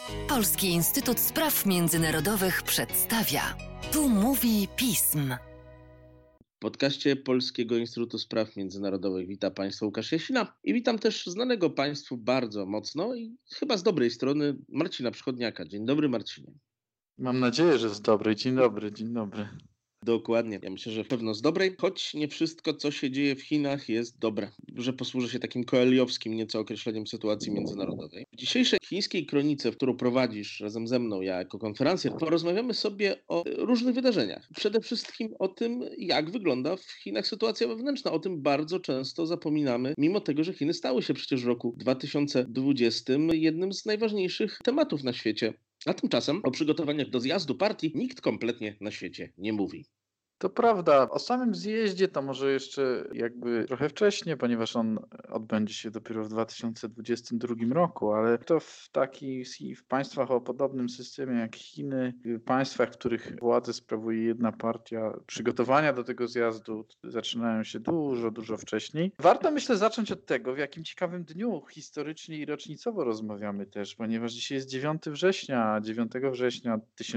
Polski Instytut Spraw Międzynarodowych przedstawia. Tu mówi pism. W podcaście Polskiego Instytutu Spraw Międzynarodowych witam Państwa Łukasz Jasina i witam też znanego Państwu bardzo mocno i chyba z dobrej strony Marcina Przychodniaka. Dzień dobry, Marcinie. Mam nadzieję, że z dobrej. Dzień dobry, dzień dobry. Dokładnie. Ja myślę, że pewno z dobrej, choć nie wszystko, co się dzieje w Chinach, jest dobre. Że posłużę się takim koeliowskim nieco określeniem sytuacji międzynarodowej. W dzisiejszej chińskiej kronice, którą prowadzisz razem ze mną, ja jako konferencjer, porozmawiamy sobie o różnych wydarzeniach. Przede wszystkim o tym, jak wygląda w Chinach sytuacja wewnętrzna. O tym bardzo często zapominamy, mimo tego, że Chiny stały się przecież w roku 2020 jednym z najważniejszych tematów na świecie. A tymczasem o przygotowaniach do zjazdu partii nikt kompletnie na świecie nie mówi. To prawda. O samym zjeździe to może jeszcze jakby trochę wcześniej, ponieważ on odbędzie się dopiero w 2022 roku, ale to w państwach o podobnym systemie jak Chiny, w państwach, w których władzę sprawuje jedna partia, przygotowania do tego zjazdu zaczynają się dużo wcześniej. Warto, myślę, zacząć od tego, w jakim ciekawym dniu historycznie i rocznicowo rozmawiamy też, ponieważ dzisiaj jest 9 września, 9 września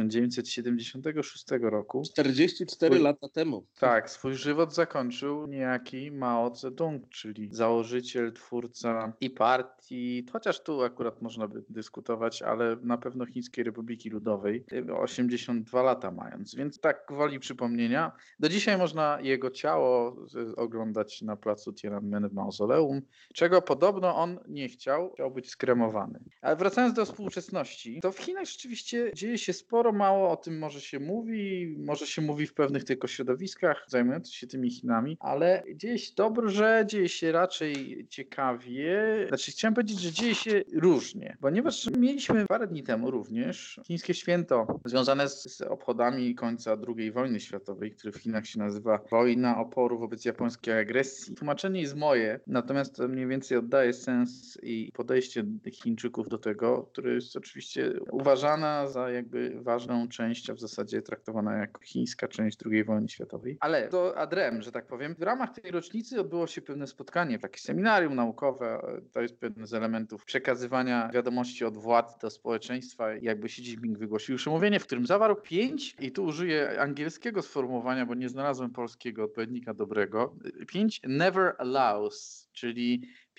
1976 roku. 44 lata temu. Tak, swój żywot zakończył niejaki Mao Zedong, czyli założyciel, twórca i partii, chociaż tu akurat można by dyskutować, ale na pewno Chińskiej Republiki Ludowej, 82 lata mając. Więc tak gwoli przypomnienia, do dzisiaj można jego ciało oglądać na placu Tiananmen w mauzoleum, czego podobno on nie chciał być skremowany. Ale wracając do współczesności, to w Chinach rzeczywiście dzieje się sporo, mało o tym może się mówi w pewnych tylko środowiskach zajmujących się tymi Chinami, ale dzieje się dobrze, dzieje się raczej ciekawie. Znaczy chciałem powiedzieć, że dzieje się różnie, ponieważ mieliśmy parę dni temu również chińskie święto związane z obchodami końca II wojny światowej, które w Chinach się nazywa Wojna oporu wobec japońskiej agresji. Tłumaczenie jest moje, natomiast to mniej więcej oddaje sens i podejście Chińczyków do tego, które jest oczywiście uważana za jakby ważną część, a w zasadzie traktowana jako chińska część II wojny światowej. Ale to ad rem, że tak powiem, w ramach tej rocznicy odbyło się pewne spotkanie, takie seminarium naukowe, to jest pewien z elementów przekazywania wiadomości od władz do społeczeństwa. Jakby Xi Jinping wygłosił przemówienie, w którym zawarł 5, i tu użyję angielskiego sformułowania, bo nie znalazłem polskiego odpowiednika dobrego, 5 never allows, czyli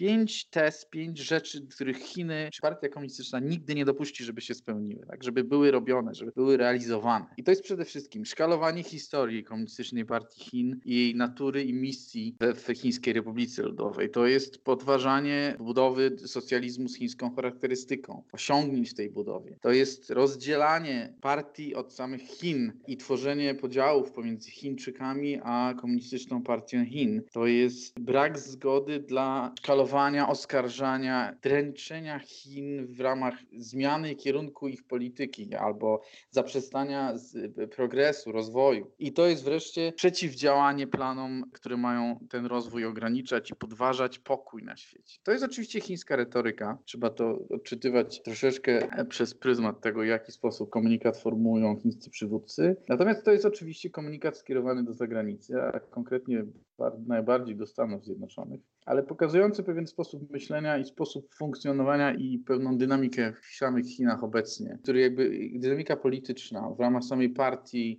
5 tez, 5 rzeczy, których Chiny czy partia komunistyczna nigdy nie dopuści, żeby się spełniły, tak, żeby były robione, żeby były realizowane. I to jest przede wszystkim szkalowanie historii Komunistycznej Partii Chin i jej natury i misji w Chińskiej Republice Ludowej. To jest podważanie budowy socjalizmu z chińską charakterystyką, osiągnięć w tej budowie. To jest rozdzielanie partii od samych Chin i tworzenie podziałów pomiędzy Chińczykami a Komunistyczną Partią Chin. To jest brak zgody dla szkalowania, oskarżania, dręczenia Chin w ramach zmiany kierunku ich polityki albo zaprzestania progresu, rozwoju. I to jest wreszcie przeciwdziałanie planom, które mają ten rozwój ograniczać i podważać pokój na świecie. To jest oczywiście chińska retoryka. Trzeba to odczytywać troszeczkę przez pryzmat tego, w jaki sposób komunikat formułują chińscy przywódcy. Natomiast to jest oczywiście komunikat skierowany do zagranicy, a konkretnie najbardziej do Stanów Zjednoczonych, ale pokazujący pewien sposób myślenia i sposób funkcjonowania i pewną dynamikę w samych Chinach obecnie, który jakby dynamika polityczna w ramach samej partii,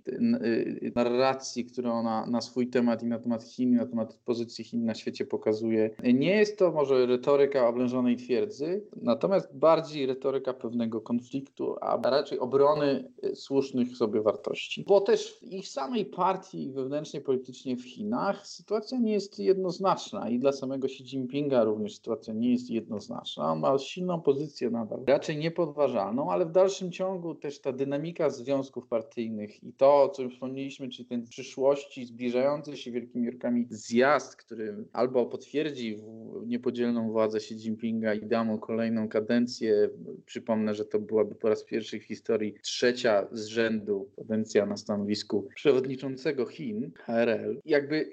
narracji, którą ona na swój temat i na temat Chin, na temat pozycji Chin na świecie pokazuje. Nie jest to może retoryka oblężonej twierdzy, natomiast bardziej retoryka pewnego konfliktu, a raczej obrony słusznych sobie wartości. Bo też w ich samej partii wewnętrznej politycznie w Chinach sytuacja nie jest jednoznaczna i dla samego Xi Jinpinga również sytuacja nie jest jednoznaczna. On ma silną pozycję nadal, raczej niepodważalną, ale w dalszym ciągu też ta dynamika związków partyjnych i to, o czym wspomnieliśmy, czyli ten w przyszłości zbliżający się wielkimi rokami zjazd, który albo potwierdzi niepodzielną władzę Xi Jinpinga i da mu kolejną kadencję. Przypomnę, że to byłaby po raz pierwszy w historii 3. z rzędu kadencja na stanowisku przewodniczącego Chin, HRL. Więc ta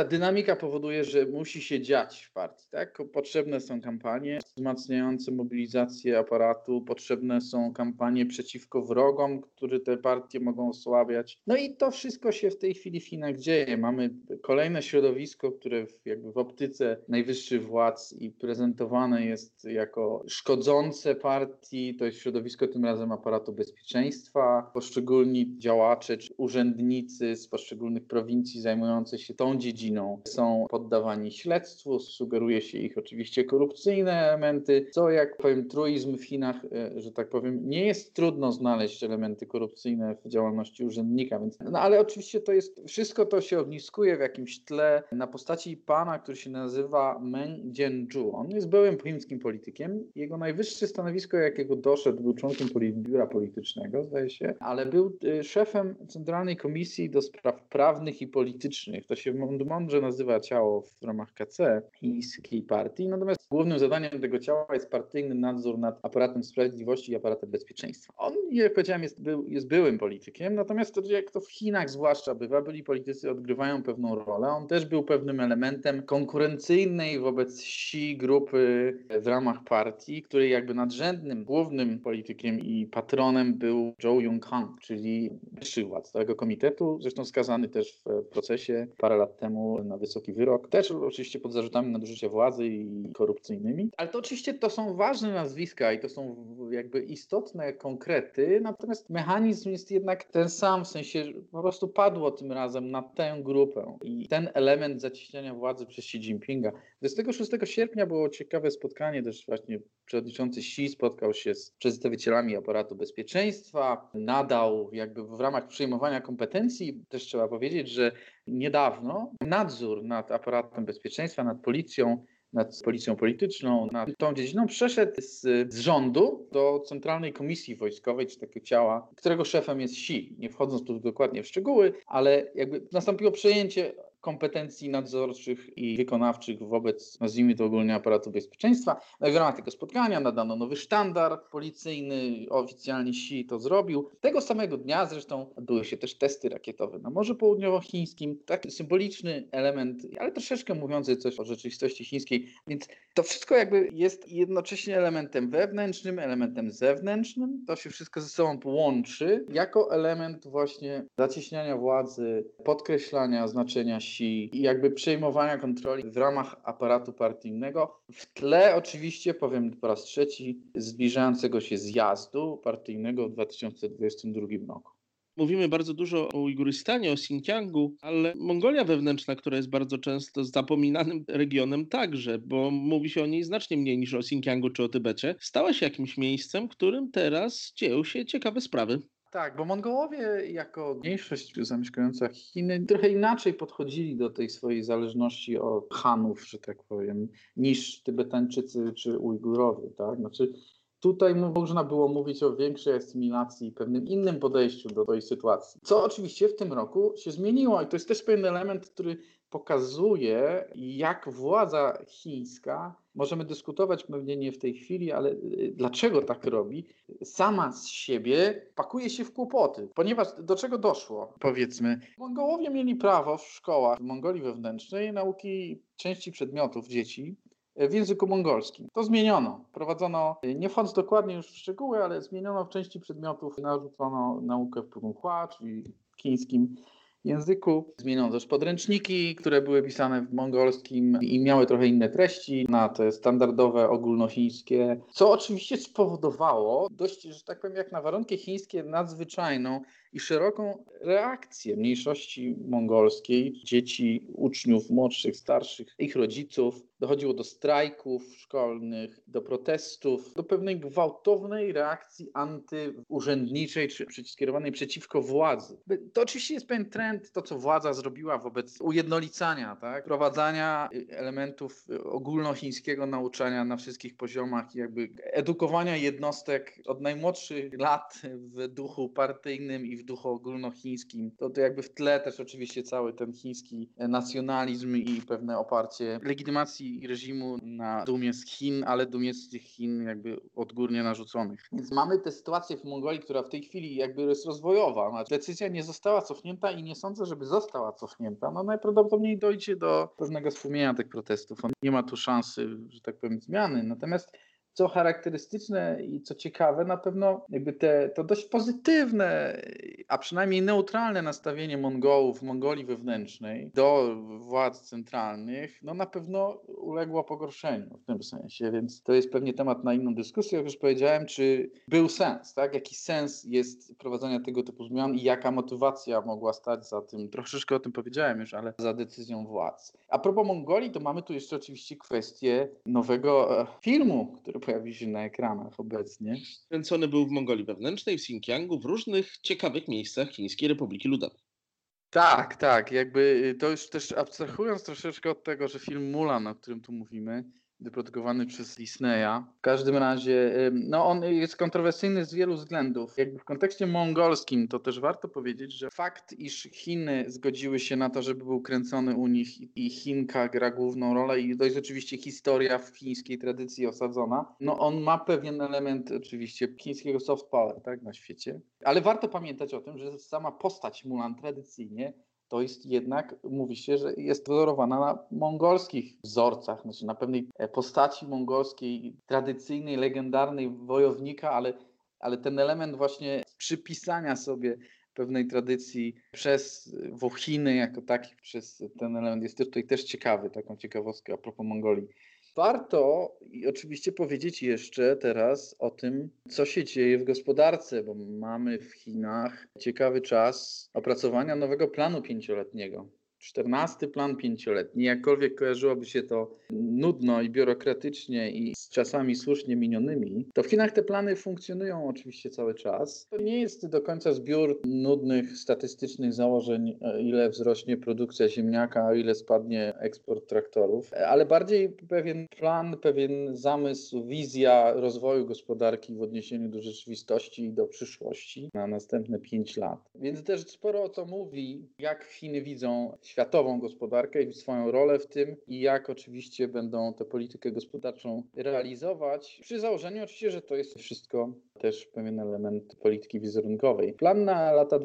ta dynamika powoduje, że musi się dziać w partii, tak? Potrzebne są kampanie wzmacniające mobilizację aparatu, potrzebne są kampanie przeciwko wrogom, które te partie mogą osłabiać. No i to wszystko się w tej chwili w Chinach dzieje. Mamy kolejne środowisko, które jakby w optyce najwyższych władz i prezentowane jest jako szkodzące partii. To jest środowisko tym razem aparatu bezpieczeństwa. Poszczególni działacze czy urzędnicy z poszczególnych prowincji zajmujący się tą dziedziną są poddawani śledztwu. Sugeruje się ich oczywiście korupcyjne elementy, co jak powiem truizm w Chinach, że tak powiem, nie jest trudno znaleźć elementy korupcyjne w działalności urzędnika, więc no ale oczywiście to jest, wszystko to się ogniskuje w jakimś tle na postaci pana, który się nazywa Meng Jianzhu. On jest byłym chińskim politykiem. Jego najwyższe stanowisko, jakiego doszedł, był członkiem biura politycznego, zdaje się, ale był szefem Centralnej Komisji do Spraw Prawnych i Politycznych. To się mądrze nazywa ciało w ramach KC chińskiej partii. Natomiast głównym zadaniem tego ciała jest partyjny nadzór nad aparatem sprawiedliwości i aparatem bezpieczeństwa. On, jak powiedziałem, jest byłym politykiem, natomiast to, jak to w Chinach zwłaszcza bywa, byli politycy odgrywają pewną rolę. On też był pewnym elementem konkurencyjnej wobec Xi grupy w ramach partii, której jakby nadrzędnym, głównym politykiem i patronem był Zhou Yongkang, czyli wyższych władz tego komitetu, zresztą skazany też w procesie parę lat temu na wysoki wyrok, też oczywiście pod zarzutami nadużycia władzy i korupcyjnymi, ale to oczywiście to są ważne nazwiska i to są jakby istotne konkrety, natomiast mechanizm jest jednak ten sam, w sensie po prostu padło tym razem na tę grupę i ten element zacieśniania władzy przez Xi Jinpinga. 26 sierpnia było ciekawe spotkanie, też właśnie przewodniczący Xi spotkał się z przedstawicielami aparatu bezpieczeństwa, nadał jakby w ramach przejmowania kompetencji, też trzeba powiedzieć, że niedawno nadzór nad aparatem bezpieczeństwa, nad policją polityczną, nad tą dziedziną przeszedł z rządu do Centralnej Komisji Wojskowej, czy takiego ciała, którego szefem jest Xi. Nie wchodząc tu dokładnie w szczegóły, ale jakby nastąpiło przejęcie kompetencji nadzorczych i wykonawczych wobec, nazwijmy to ogólnie, aparatu bezpieczeństwa. No i w ramach tego spotkania nadano nowy sztandar policyjny, oficjalnie Xi to zrobił. Tego samego dnia zresztą odbyły się też testy rakietowe na Morzu Południowochińskim. Taki symboliczny element, ale troszeczkę mówiący coś o rzeczywistości chińskiej, więc to wszystko jakby jest jednocześnie elementem wewnętrznym, elementem zewnętrznym. To się wszystko ze sobą połączy jako element właśnie zacieśniania władzy, podkreślania znaczenia Xi i jakby przejmowania kontroli w ramach aparatu partyjnego. W tle oczywiście, powiem po raz trzeci, zbliżającego się zjazdu partyjnego w 2022 roku. Mówimy bardzo dużo o Ujgurystanie, o Xinjiangu, ale Mongolia wewnętrzna, która jest bardzo często zapominanym regionem także, bo mówi się o niej znacznie mniej niż o Xinjiangu czy o Tybecie, stała się jakimś miejscem, w którym teraz dzieją się ciekawe sprawy. Tak, bo Mongołowie jako mniejszość zamieszkująca Chiny trochę inaczej podchodzili do tej swojej zależności od Hanów, że tak powiem, niż Tybetańczycy czy Ujgurowie, tak? Znaczy tutaj można było mówić o większej asymilacji i pewnym innym podejściu do tej sytuacji. Co oczywiście w tym roku się zmieniło i to jest też pewien element, który pokazuje, jak władza chińska, możemy dyskutować pewnie nie w tej chwili, ale dlaczego tak robi, sama z siebie pakuje się w kłopoty. Ponieważ do czego doszło? Powiedzmy, Mongołowie mieli prawo w szkołach w Mongolii wewnętrznej nauki części przedmiotów dzieci w języku mongolskim. To zmieniono. Prowadzono, nie wchodząc dokładnie już w szczegóły, ale zmieniono w części przedmiotów, narzucono naukę w Pugonghua, czyli chińskim języku. Zmieniono też podręczniki, które były pisane w mongolskim i miały trochę inne treści na te standardowe ogólnochińskie, co oczywiście spowodowało dość, że tak powiem, jak na warunki chińskie, nadzwyczajną i szeroką reakcję mniejszości mongolskiej, dzieci, uczniów młodszych, starszych, ich rodziców. Dochodziło do strajków szkolnych, do protestów, do pewnej gwałtownej reakcji antyurzędniczej czy skierowanej przeciwko władzy. To oczywiście jest pewien trend, to co władza zrobiła wobec ujednolicania, tak? Wprowadzania elementów ogólnochińskiego nauczania na wszystkich poziomach, jakby edukowania jednostek od najmłodszych lat w duchu partyjnym i w duchu ogólnochińskim. To jakby w tle też oczywiście cały ten chiński nacjonalizm i pewne oparcie legitymacji i reżimu na dumie z Chin, ale dumie z tych Chin jakby odgórnie narzuconych. Więc mamy tę sytuację w Mongolii, która w tej chwili jakby jest rozwojowa. Decyzja nie została cofnięta i nie sądzę, żeby została cofnięta. No najprawdopodobniej dojdzie do pewnego stłumienia tych protestów. Nie ma tu szansy, że tak powiem, zmiany. Natomiast co charakterystyczne i co ciekawe, na pewno jakby to dość pozytywne, a przynajmniej neutralne nastawienie Mongołów, Mongolii wewnętrznej do władz centralnych, no na pewno uległo pogorszeniu w tym sensie, więc to jest pewnie temat na inną dyskusję, jak już powiedziałem, czy był sens, tak? Jaki sens jest prowadzenia tego typu zmian i jaka motywacja mogła stać za tym, troszeczkę o tym powiedziałem już, ale za decyzją władz. A propos Mongolii, to mamy tu jeszcze oczywiście kwestię nowego filmu, który pojawi się na ekranach obecnie. Kręcony był w Mongolii Wewnętrznej, w Xinjiangu, w różnych ciekawych miejscach Chińskiej Republiki Ludowej. Tak, jakby to już też abstrahując troszeczkę od tego, że film Mulan, o którym tu mówimy, wyprodukowany przez Disneya. W każdym razie, no on jest kontrowersyjny z wielu względów. Jakby w kontekście mongolskim to też warto powiedzieć, że fakt, iż Chiny zgodziły się na to, żeby był kręcony u nich i Chinka gra główną rolę i to jest oczywiście historia w chińskiej tradycji osadzona, no on ma pewien element oczywiście chińskiego soft power, tak, na świecie. Ale warto pamiętać o tym, że sama postać Mulan tradycyjnie to jest jednak, mówi się, że jest wzorowana na mongolskich wzorcach, znaczy na pewnej postaci mongolskiej, tradycyjnej, legendarnej wojownika, ale ten element właśnie przypisania sobie pewnej tradycji przez Chiny jako taki, przez ten element jest tutaj też ciekawy, taką ciekawostkę a propos Mongolii. Warto oczywiście powiedzieć jeszcze teraz o tym, co się dzieje w gospodarce, bo mamy w Chinach ciekawy czas opracowania nowego planu 5-letniego. 14 plan 5-letni, jakkolwiek kojarzyłoby się to nudno i biurokratycznie i z czasami słusznie minionymi, to w Chinach te plany funkcjonują oczywiście cały czas. To nie jest do końca zbiór nudnych, statystycznych założeń, ile wzrośnie produkcja ziemniaka, a ile spadnie eksport traktorów, ale bardziej pewien plan, pewien zamysł, wizja rozwoju gospodarki w odniesieniu do rzeczywistości i do przyszłości na następne 5 lat. Więc też sporo o to mówi, jak Chiny widzą światową gospodarkę i swoją rolę w tym i jak oczywiście będą tę politykę gospodarczą realizować, przy założeniu oczywiście, że to jest wszystko też pewien element polityki wizerunkowej. Plan na lata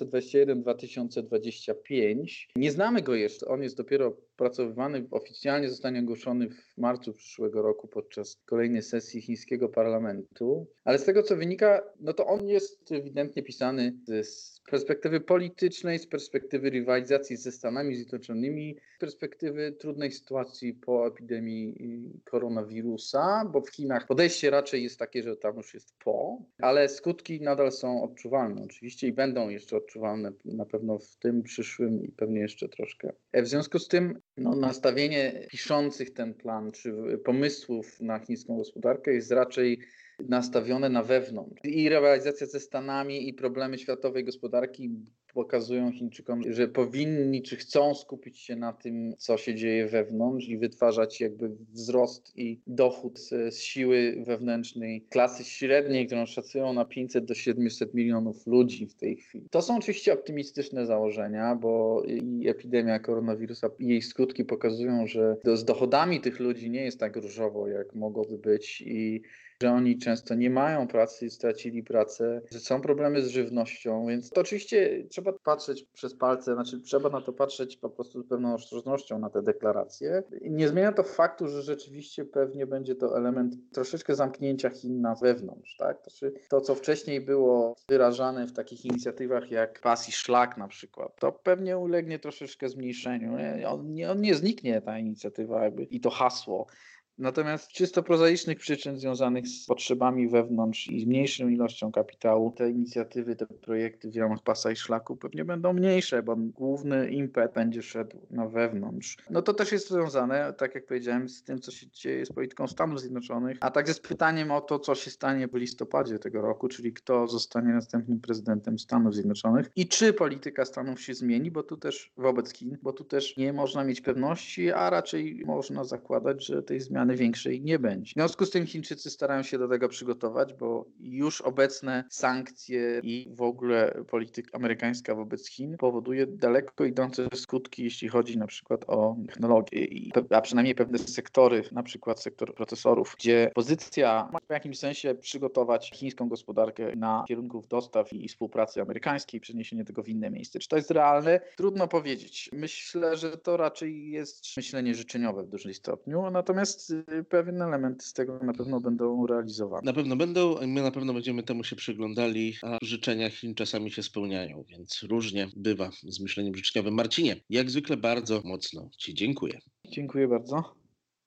2021-2025, nie znamy go jeszcze, on jest dopiero opracowywany, oficjalnie zostanie ogłoszony w marcu przyszłego roku podczas kolejnej sesji chińskiego parlamentu, ale z tego co wynika, no to on jest ewidentnie pisany z perspektywy politycznej, z perspektywy rywalizacji ze Stanami Zjednoczonymi, z perspektywy trudnej sytuacji po epidemii koronawirusa, bo w Chinach podejście raczej jest takie, że tam już jest po, ale skutki nadal są odczuwalne oczywiście i będą jeszcze odczuwalne na pewno w tym przyszłym i pewnie jeszcze troszkę. W związku z tym nastawienie piszących ten plan, czy pomysłów na chińską gospodarkę jest raczej nastawione na wewnątrz. I rywalizacja ze Stanami i problemy światowej gospodarki pokazują Chińczykom, że powinni czy chcą skupić się na tym, co się dzieje wewnątrz i wytwarzać jakby wzrost i dochód z siły wewnętrznej klasy średniej, którą szacują na 500 do 700 milionów ludzi w tej chwili. To są oczywiście optymistyczne założenia, bo i epidemia koronawirusa i jej skutki pokazują, że z dochodami tych ludzi nie jest tak różowo, jak mogłoby być i że oni często nie mają pracy, stracili pracę, że są problemy z żywnością, więc to oczywiście trzeba patrzeć przez palce, znaczy trzeba na to patrzeć po prostu z pewną ostrożnością na te deklaracje. Nie zmienia to faktu, że rzeczywiście pewnie będzie to element troszeczkę zamknięcia Chin na wewnątrz, tak? To, co wcześniej było wyrażane w takich inicjatywach jak Pas i Szlak na przykład, to pewnie ulegnie troszeczkę zmniejszeniu. On nie zniknie, ta inicjatywa jakby, i to hasło. Natomiast z czysto prozaicznych przyczyn związanych z potrzebami wewnątrz i z mniejszą ilością kapitału, te inicjatywy, te projekty w ramach Pasa i Szlaku pewnie będą mniejsze, bo główny impet będzie szedł na wewnątrz. No to też jest związane, tak jak powiedziałem, z tym, co się dzieje z polityką Stanów Zjednoczonych, a także z pytaniem o to, co się stanie w listopadzie tego roku, czyli kto zostanie następnym prezydentem Stanów Zjednoczonych i czy polityka Stanów się zmieni, bo tu też wobec Chin, bo tu też nie można mieć pewności, a raczej można zakładać, że tej zmiany zmiany większej nie będzie. W związku z tym Chińczycy starają się do tego przygotować, bo już obecne sankcje i w ogóle polityka amerykańska wobec Chin powoduje daleko idące skutki, jeśli chodzi na przykład o technologię, a przynajmniej pewne sektory, na przykład sektor procesorów, gdzie pozycja ma w jakimś sensie przygotować chińską gospodarkę na kierunków dostaw i współpracy amerykańskiej, przeniesienie tego w inne miejsce. Czy to jest realne? Trudno powiedzieć. Myślę, że to raczej jest myślenie życzeniowe w dużym stopniu, natomiast pewien element z tego na pewno będą realizowane. Na pewno będą, a my na pewno będziemy temu się przyglądali, a życzenia Chin czasami się spełniają, więc różnie bywa z myśleniem życzeniowym. Marcinie, jak zwykle bardzo mocno Ci dziękuję. Dziękuję bardzo.